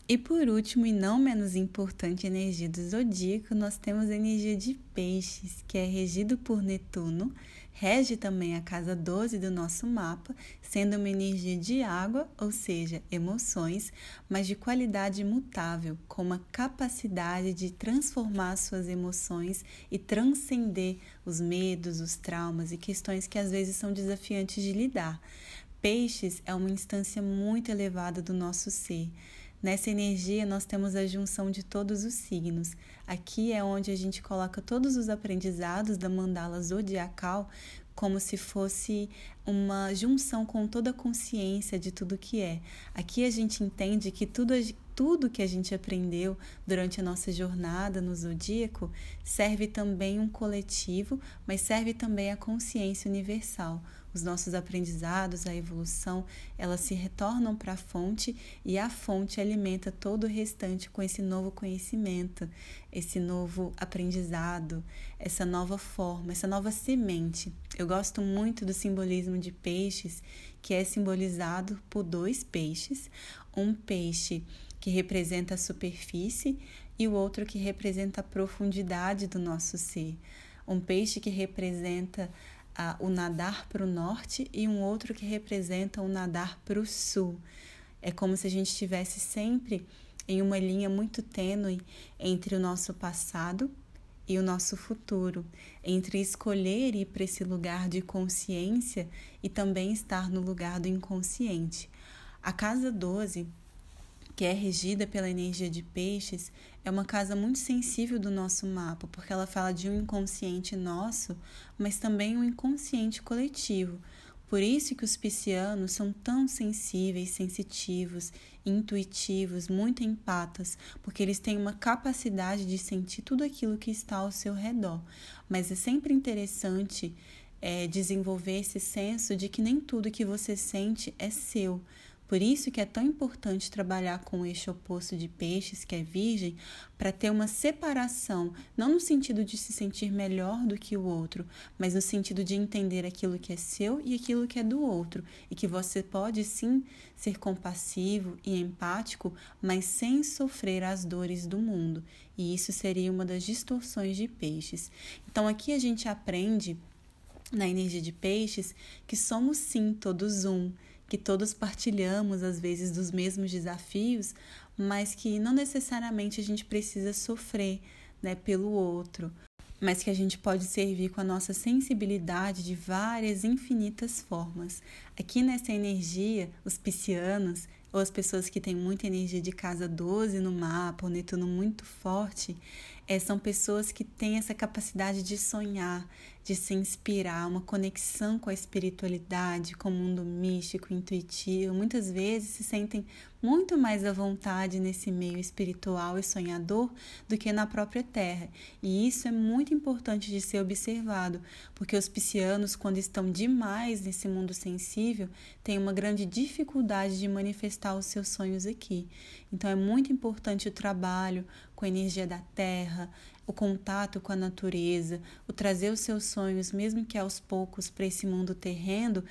E por último, e não menos importante, a energia do zodíaco, nós temos a energia de Peixes, que é regido por Netuno, rege também a casa 12 do nosso mapa, sendo uma energia de água, ou seja, emoções, mas de qualidade imutável, com uma capacidade de transformar suas emoções e transcender os medos, os traumas e questões que às vezes são desafiantes de lidar. Peixes é uma instância muito elevada do nosso ser. Nessa energia, nós temos a junção de todos os signos. Aqui é onde a gente coloca todos os aprendizados da mandala zodiacal como se fosse uma junção com toda a consciência de tudo que é. Aqui a gente entende que tudo que a gente aprendeu durante a nossa jornada no zodíaco serve também um coletivo, mas serve também a consciência universal. Os nossos aprendizados, a evolução, elas se retornam para a fonte e a fonte alimenta todo o restante com esse novo conhecimento, esse novo aprendizado, essa nova forma, essa nova semente. Eu gosto muito do simbolismo de peixes, que é simbolizado por 2 peixes, um peixe que representa a superfície e o outro que representa a profundidade do nosso ser. Um peixe que representa o nadar para o norte e um outro que representa o nadar para o sul. É como se a gente estivesse sempre em uma linha muito tênue entre o nosso passado e o nosso futuro, entre escolher ir para esse lugar de consciência e também estar no lugar do inconsciente. A casa 12, que é regida pela energia de Peixes, é uma casa muito sensível do nosso mapa, porque ela fala de um inconsciente nosso, mas também um inconsciente coletivo. Por isso que os piscianos são tão sensíveis, sensitivos, intuitivos, muito empatas, porque eles têm uma capacidade de sentir tudo aquilo que está ao seu redor. Mas é sempre interessante desenvolver esse senso de que nem tudo que você sente é seu. Por isso que é tão importante trabalhar com o eixo oposto de Peixes, que é Virgem, para ter uma separação, não no sentido de se sentir melhor do que o outro, mas no sentido de entender aquilo que é seu e aquilo que é do outro, e que você pode sim ser compassivo e empático, mas sem sofrer as dores do mundo. E isso seria uma das distorções de Peixes. Então aqui a gente aprende, na energia de Peixes, que somos sim todos um, que todos partilhamos, às vezes, dos mesmos desafios, mas que não necessariamente a gente precisa sofrer, pelo outro, mas que a gente pode servir com a nossa sensibilidade de várias infinitas formas. Aqui nessa energia, os piscianos, ou as pessoas que têm muita energia de casa 12 no mapa, o Netuno muito forte, são pessoas que têm essa capacidade de sonhar, de se inspirar, uma conexão com a espiritualidade, com o mundo místico, intuitivo. Muitas vezes se sentem muito mais à vontade nesse meio espiritual e sonhador do que na própria Terra. E isso é muito importante de ser observado, porque os piscianos, quando estão demais nesse mundo sensível, têm uma grande dificuldade de manifestar os seus sonhos aqui. Então é muito importante o trabalho com a energia da Terra, o contato com a natureza, o trazer os seus sonhos, mesmo que aos poucos, para esse mundo terreno,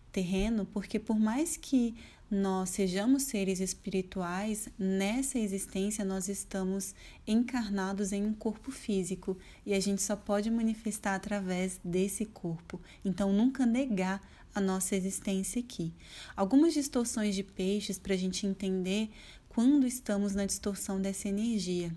porque por mais que nós sejamos seres espirituais, nessa existência nós estamos encarnados em um corpo físico e a gente só pode manifestar através desse corpo. Então, nunca negar a nossa existência aqui. Algumas distorções de Peixes para a gente entender quando estamos na distorção dessa energia.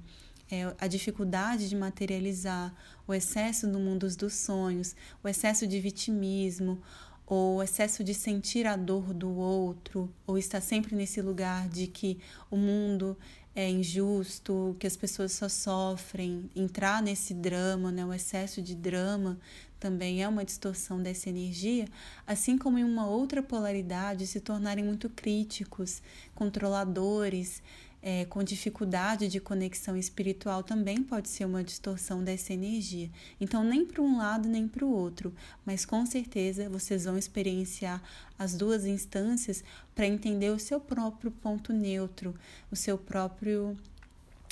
A dificuldade de materializar, o excesso no mundo dos sonhos, o excesso de vitimismo, ou o excesso de sentir a dor do outro, ou estar sempre nesse lugar de que o mundo é injusto, que as pessoas só sofrem, entrar nesse drama, o excesso de drama também é uma distorção dessa energia, assim como em uma outra polaridade se tornarem muito críticos, controladores, com dificuldade de conexão espiritual também pode ser uma distorção dessa energia. Então, nem para um lado nem para o outro, mas com certeza vocês vão experienciar as duas instâncias para entender o seu próprio ponto neutro, o seu próprio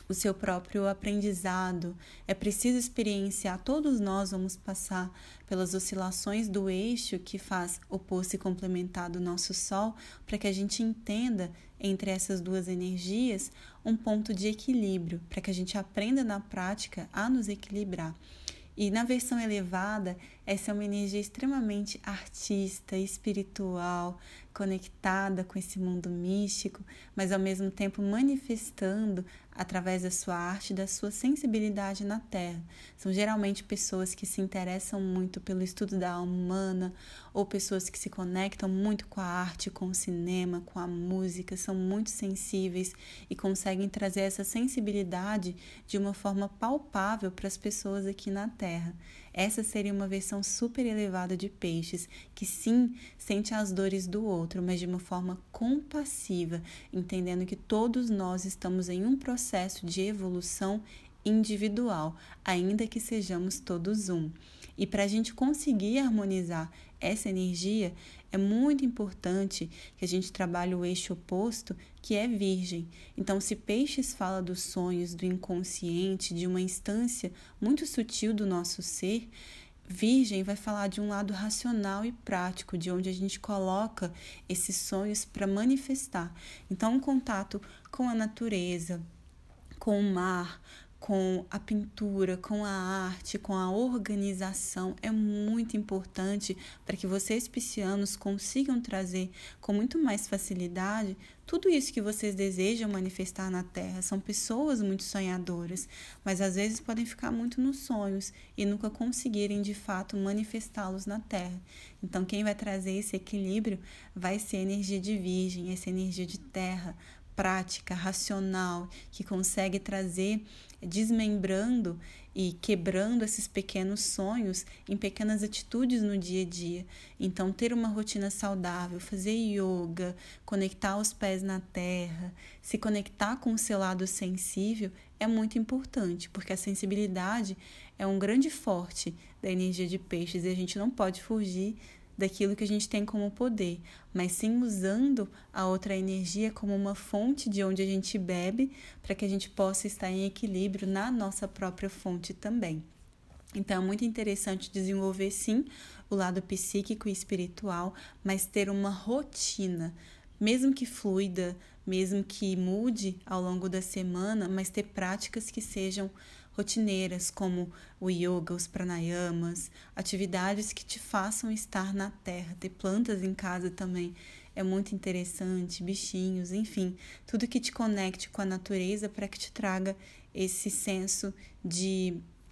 o seu próprio aprendizado. É preciso experienciar, todos nós vamos passar pelas oscilações do eixo que faz oposto e complementar do nosso Sol, para que a gente entenda entre essas duas energias um ponto de equilíbrio, para que a gente aprenda na prática a nos equilibrar. E na versão elevada, essa é uma energia extremamente artista, espiritual, conectada com esse mundo místico, mas ao mesmo tempo manifestando através da sua arte, da sua sensibilidade na Terra. São geralmente pessoas que se interessam muito pelo estudo da alma humana, ou pessoas que se conectam muito com a arte, com o cinema, com a música, são muito sensíveis e conseguem trazer essa sensibilidade de uma forma palpável para as pessoas aqui na Terra. Essa seria uma versão super elevada de Peixes, que sim, sente as dores do outro, mas de uma forma compassiva, entendendo que todos nós estamos em um processo de evolução individual, ainda que sejamos todos um. E para a gente conseguir harmonizar essa energia, é muito importante que a gente trabalhe o eixo oposto, que é Virgem. Então, se Peixes fala dos sonhos, do inconsciente, de uma instância muito sutil do nosso ser, Virgem vai falar de um lado racional e prático, de onde a gente coloca esses sonhos para manifestar. Então, um contato com a natureza, com o mar, com a pintura, com a arte, com a organização é muito importante para que vocês piscianos consigam trazer com muito mais facilidade tudo isso que vocês desejam manifestar na Terra. São pessoas muito sonhadoras, mas às vezes podem ficar muito nos sonhos e nunca conseguirem de fato manifestá-los na Terra. Então quem vai trazer esse equilíbrio vai ser a energia de Virgem, essa energia de Terra, prática, racional, que consegue trazer, desmembrando e quebrando esses pequenos sonhos em pequenas atitudes no dia a dia. Então, ter uma rotina saudável, fazer yoga, conectar os pés na terra, se conectar com o seu lado sensível é muito importante, porque a sensibilidade é um grande forte da energia de Peixes e a gente não pode fugir daquilo que a gente tem como poder, mas sim usando a outra energia como uma fonte de onde a gente bebe, para que a gente possa estar em equilíbrio na nossa própria fonte também. Então, é muito interessante desenvolver, sim, o lado psíquico e espiritual, mas ter uma rotina, mesmo que fluida, mesmo que mude ao longo da semana, mas ter práticas que sejam rotineiras, como o yoga, os pranayamas, atividades que te façam estar na terra. Ter plantas em casa também é muito interessante, bichinhos, enfim, tudo que te conecte com a natureza para que te traga esse senso de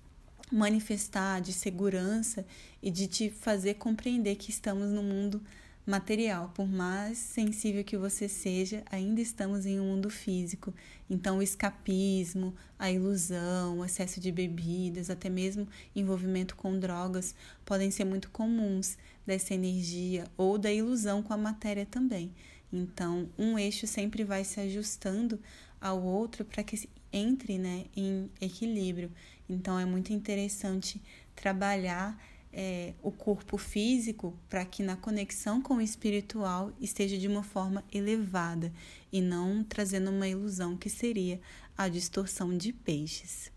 manifestar, de segurança e de te fazer compreender que estamos no mundo material. Por mais sensível que você seja, ainda estamos em um mundo físico. Então, o escapismo, a ilusão, o excesso de bebidas, até mesmo envolvimento com drogas, podem ser muito comuns dessa energia ou da ilusão com a matéria também. Então, um eixo sempre vai se ajustando ao outro para que entre, né, em equilíbrio. Então, é muito interessante trabalhar o corpo físico para que na conexão com o espiritual esteja de uma forma elevada e não trazendo uma ilusão que seria a distorção de Peixes.